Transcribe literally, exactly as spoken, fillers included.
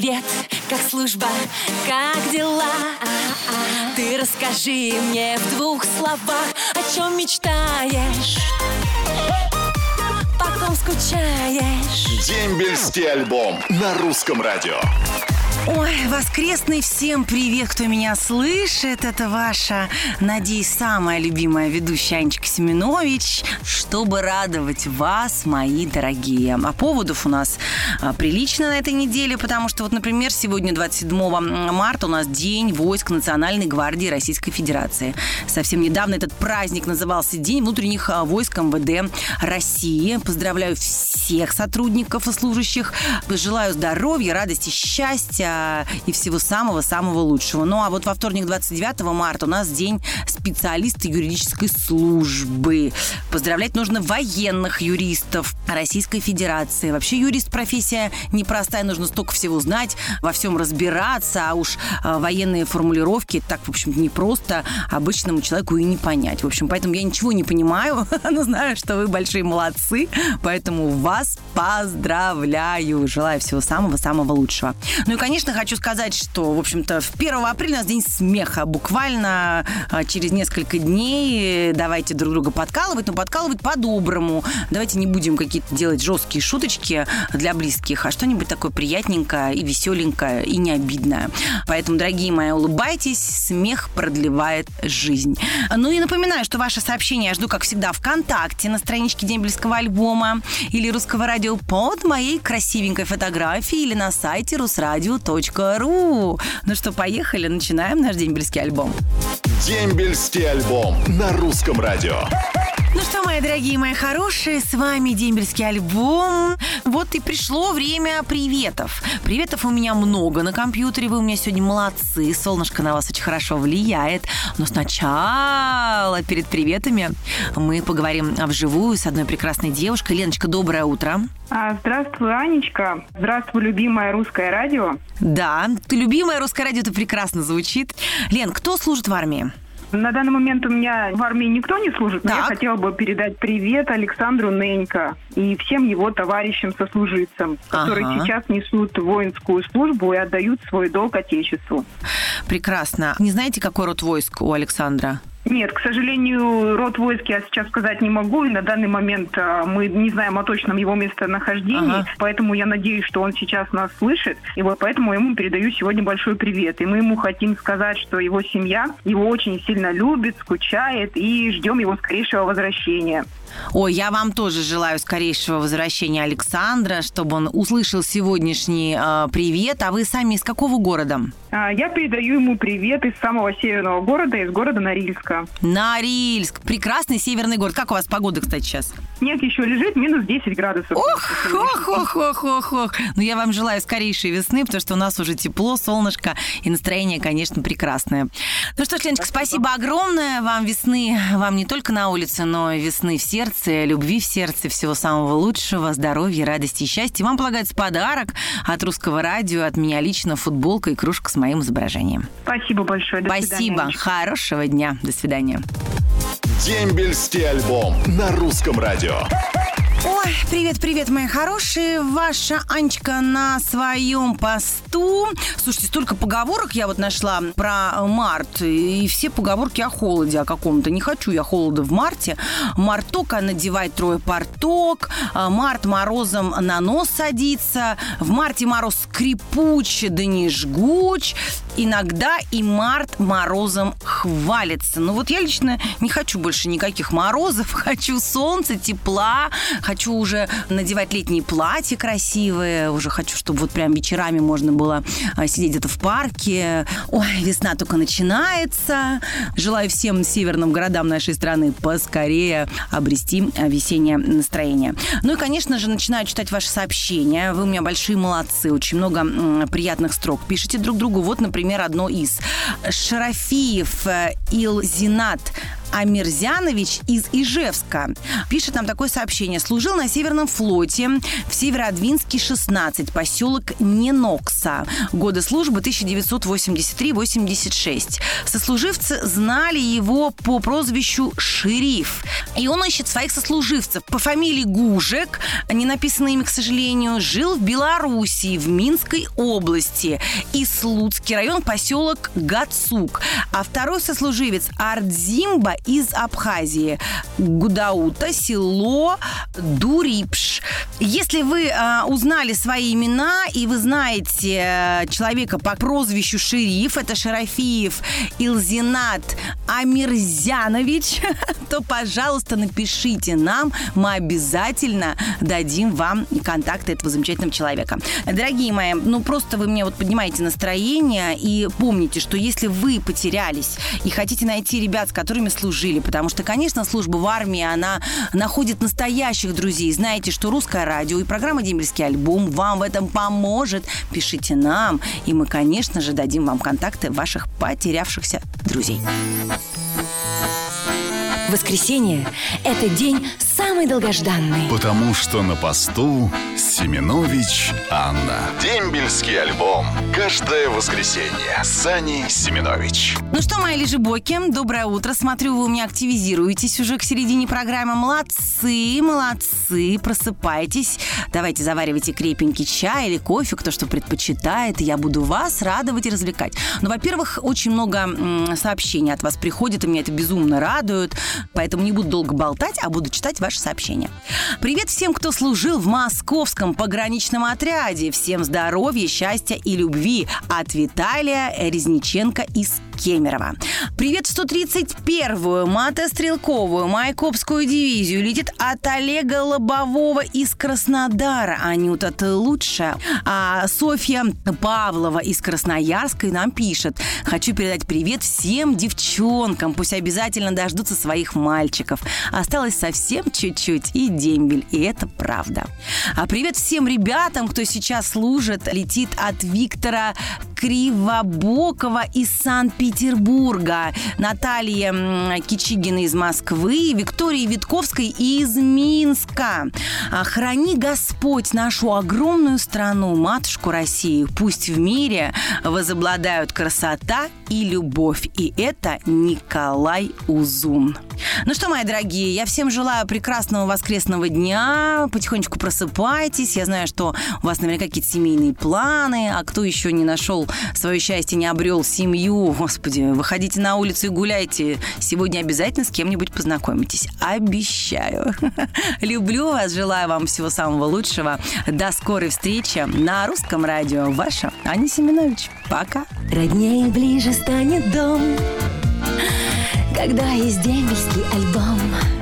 привет, как служба, как дела? Ты расскажи мне в двух словах, о чем мечтаешь, по ком скучаешь. Дембельский альбом на русском радио. Ой, воскресный всем привет, кто меня слышит. Это ваша, надеюсь, самая любимая ведущая Анечка Семенович, чтобы радовать вас, мои дорогие. А поводов у нас а, прилично на этой неделе, потому что, вот, например, сегодня, двадцать седьмого марта, у нас День войск Национальной гвардии Российской Федерации. Совсем недавно этот праздник назывался День внутренних войск эм вэ дэ России. Поздравляю всех сотрудников и служащих. Желаю здоровья, радости, счастья и всего самого-самого лучшего. Ну, а вот во вторник, двадцать девятого марта, у нас День специалиста юридической службы. Поздравлять нужно военных юристов Российской Федерации. Вообще юрист профессия непростая, нужно столько всего знать, во всем разбираться, а уж военные формулировки так, в общем, не просто обычному человеку и не понять. В общем, поэтому я ничего не понимаю, но знаю, что вы большие молодцы, поэтому вас поздравляю. Желаю всего самого-самого лучшего. Ну и, конечно, хочу сказать, что, в общем-то, первого апреля у нас День смеха. Буквально через несколько дней давайте друг друга подкалывать, но подкалывать по-доброму. Давайте не будем какие-то делать жесткие шуточки для близких, а что-нибудь такое приятненькое и веселенькое, и не обидное. Поэтому, дорогие мои, улыбайтесь, смех продлевает жизнь. Ну и напоминаю, что ваши сообщения я жду, как всегда, ВКонтакте на страничке Дембельского альбома или Русского радио под моей красивенькой фотографией или на сайте русрадио точка ру. Ну что, поехали, начинаем наш дембельский альбом. Дембельский альбом на русском радио. Ну что, мои дорогие, мои хорошие, с вами дембельский альбом. Вот и пришло время приветов. Приветов у меня много на компьютере, вы у меня сегодня молодцы. Солнышко на вас очень хорошо влияет. Но сначала, перед приветами, мы поговорим вживую с одной прекрасной девушкой. Леночка, доброе утро. Здравствуй, Анечка. Здравствуй, любимое русское радио. Да, ты любимое русское радио, это прекрасно звучит. Лен, кто служит в армии? На данный момент у меня в армии никто не служит, но так. я хотела бы передать привет Александру Ненько и всем его товарищам-сослуживцам, которые ага. сейчас несут воинскую службу и отдают свой долг Отечеству. Прекрасно. Не знаете, какой род войск у Александра? Нет, к сожалению, род войск я сейчас сказать не могу, и на данный момент мы не знаем о точном его местонахождении, ага. поэтому я надеюсь, что он сейчас нас слышит, и вот поэтому ему передаю сегодня большой привет. И мы ему хотим сказать, что его семья его очень сильно любит, скучает, и ждем его скорейшего возвращения. Ой, я вам тоже желаю скорейшего возвращения Александра, чтобы он услышал сегодняшний э, привет. А вы сами из какого города? Я передаю ему привет из самого северного города, из города Норильска. Норильск. Прекрасный северный город. Как у вас погода, кстати, сейчас? Снег еще лежит, минус десять градусов. Ох, ох, ох, ох, ох, ох. Ну, я вам желаю скорейшей весны, потому что у нас уже тепло, солнышко, и настроение, конечно, прекрасное. Ну что ж, Леночка, спасибо огромное. Вам весны, вам не только на улице, но и весны в сердце, любви в сердце, всего самого лучшего, здоровья, радости и счастья. Вам полагается подарок от Русского радио, от меня лично, футболка и кружка с моим изображением. Спасибо большое. До Спасибо. свидания. Хорошего дня. До свидания. Дембельский альбом на русском радио. Ой, привет-привет, мои хорошие. Ваша Анечка на своем посту. Слушайте, столько поговорок я вот нашла про март. И все поговорки о холоде о каком-то. Не хочу я холода в марте. Марток, а надевай трое порток. Март морозом на нос садится. В марте мороз скрипуч, да не жгуч. Иногда и март морозом хвалится. Но вот я лично не хочу больше никаких морозов. Хочу солнца, тепла. Хочу уже надевать летние платья красивые. Уже хочу, чтобы вот прям вечерами можно было сидеть где-то в парке. Ой, весна только начинается. Желаю всем северным городам нашей страны поскорее обрести весеннее настроение. Ну и, конечно же, начинаю читать ваши сообщения. Вы у меня большие молодцы. Очень много м, приятных строк. Пишите друг другу. Вот, например, одно из. Шарафиев Илзинат Амирзянович из Ижевска. Пишет нам такое сообщение. Служил на Северном флоте в Северодвинске, шестнадцать, поселок Ненокса. Годы службы тысяча девятьсот восемьдесят три - восемьдесят шесть. Сослуживцы знали его по прозвищу Шериф. И он ищет своих сослуживцев. По фамилии Гужек, не написано имя, к сожалению, жил в Белоруссии, в Минской области. И Слуцкий район, поселок Гацук. А второй сослуживец Ардзимба из Абхазии. Гудаута, село Дурипш. Если вы э, узнали свои имена и вы знаете э, человека по прозвищу Шериф, это Шарафиев Илзинат Амирзянович, то, пожалуйста, напишите нам, мы обязательно дадим вам контакты этого замечательного человека. Дорогие мои, ну просто вы мне вот поднимаете настроение и помните, что если вы потерялись и хотите найти ребят, с которыми служили, потому что, конечно, служба в армии, она находит настоящих друзей. Знаете, что Русское радио и программа «Дембельский альбом» вам в этом поможет. Пишите нам, и мы, конечно же, дадим вам контакты ваших потерявшихся друзей. Воскресенье – это день самый долгожданный. Потому что на посту Семенович Анна. Дембельский альбом. Каждое воскресенье. Сани Семенович. Ну что, мои лежебоки, доброе утро. Смотрю, вы у меня активизируетесь уже к середине программы. Молодцы, молодцы, просыпайтесь. Давайте заваривайте крепенький чай или кофе, кто что предпочитает. Я буду вас радовать и развлекать. Ну, во-первых, очень много м- сообщений от вас приходит, и меня это безумно радует. Поэтому не буду долго болтать, а буду читать ваши сообщения. Привет всем, кто служил в московском пограничном отряде. Всем здоровья, счастья и любви. От Виталия Резниченко из Кемерово. Привет в сто тридцать первую мотострелковую Майкопскую дивизию летит от Олега Лобового из Краснодара. Анюта, ты лучшая. А Софья Павлова из Красноярска нам пишет. Хочу передать привет всем девчонкам. Пусть обязательно дождутся своих мальчиков. Осталось совсем чуть-чуть и дембель. И это правда. А привет всем ребятам, кто сейчас служит. Летит от Виктора Кривобокова из Санкт-Петербурга, Наталья Кичигина из Москвы, Виктория Витковской из Минска. Храни Господь нашу огромную страну, матушку Россию. Пусть в мире возобладают красота и любовь. И это Николай Узун. Ну что, мои дорогие, я всем желаю прекрасного воскресного дня. Потихонечку просыпайтесь. Я знаю, что у вас наверняка какие-то семейные планы, а кто еще не нашел свое счастье, не обрел семью, господи, выходите на улицу и гуляйте. Сегодня обязательно с кем-нибудь познакомитесь. Обещаю. Люблю вас, желаю вам всего самого лучшего. До скорой встречи на Русском радио. Ваша Аня Семенович. Пока. Роднее ближе станет дом, когда есть дембельский альбом.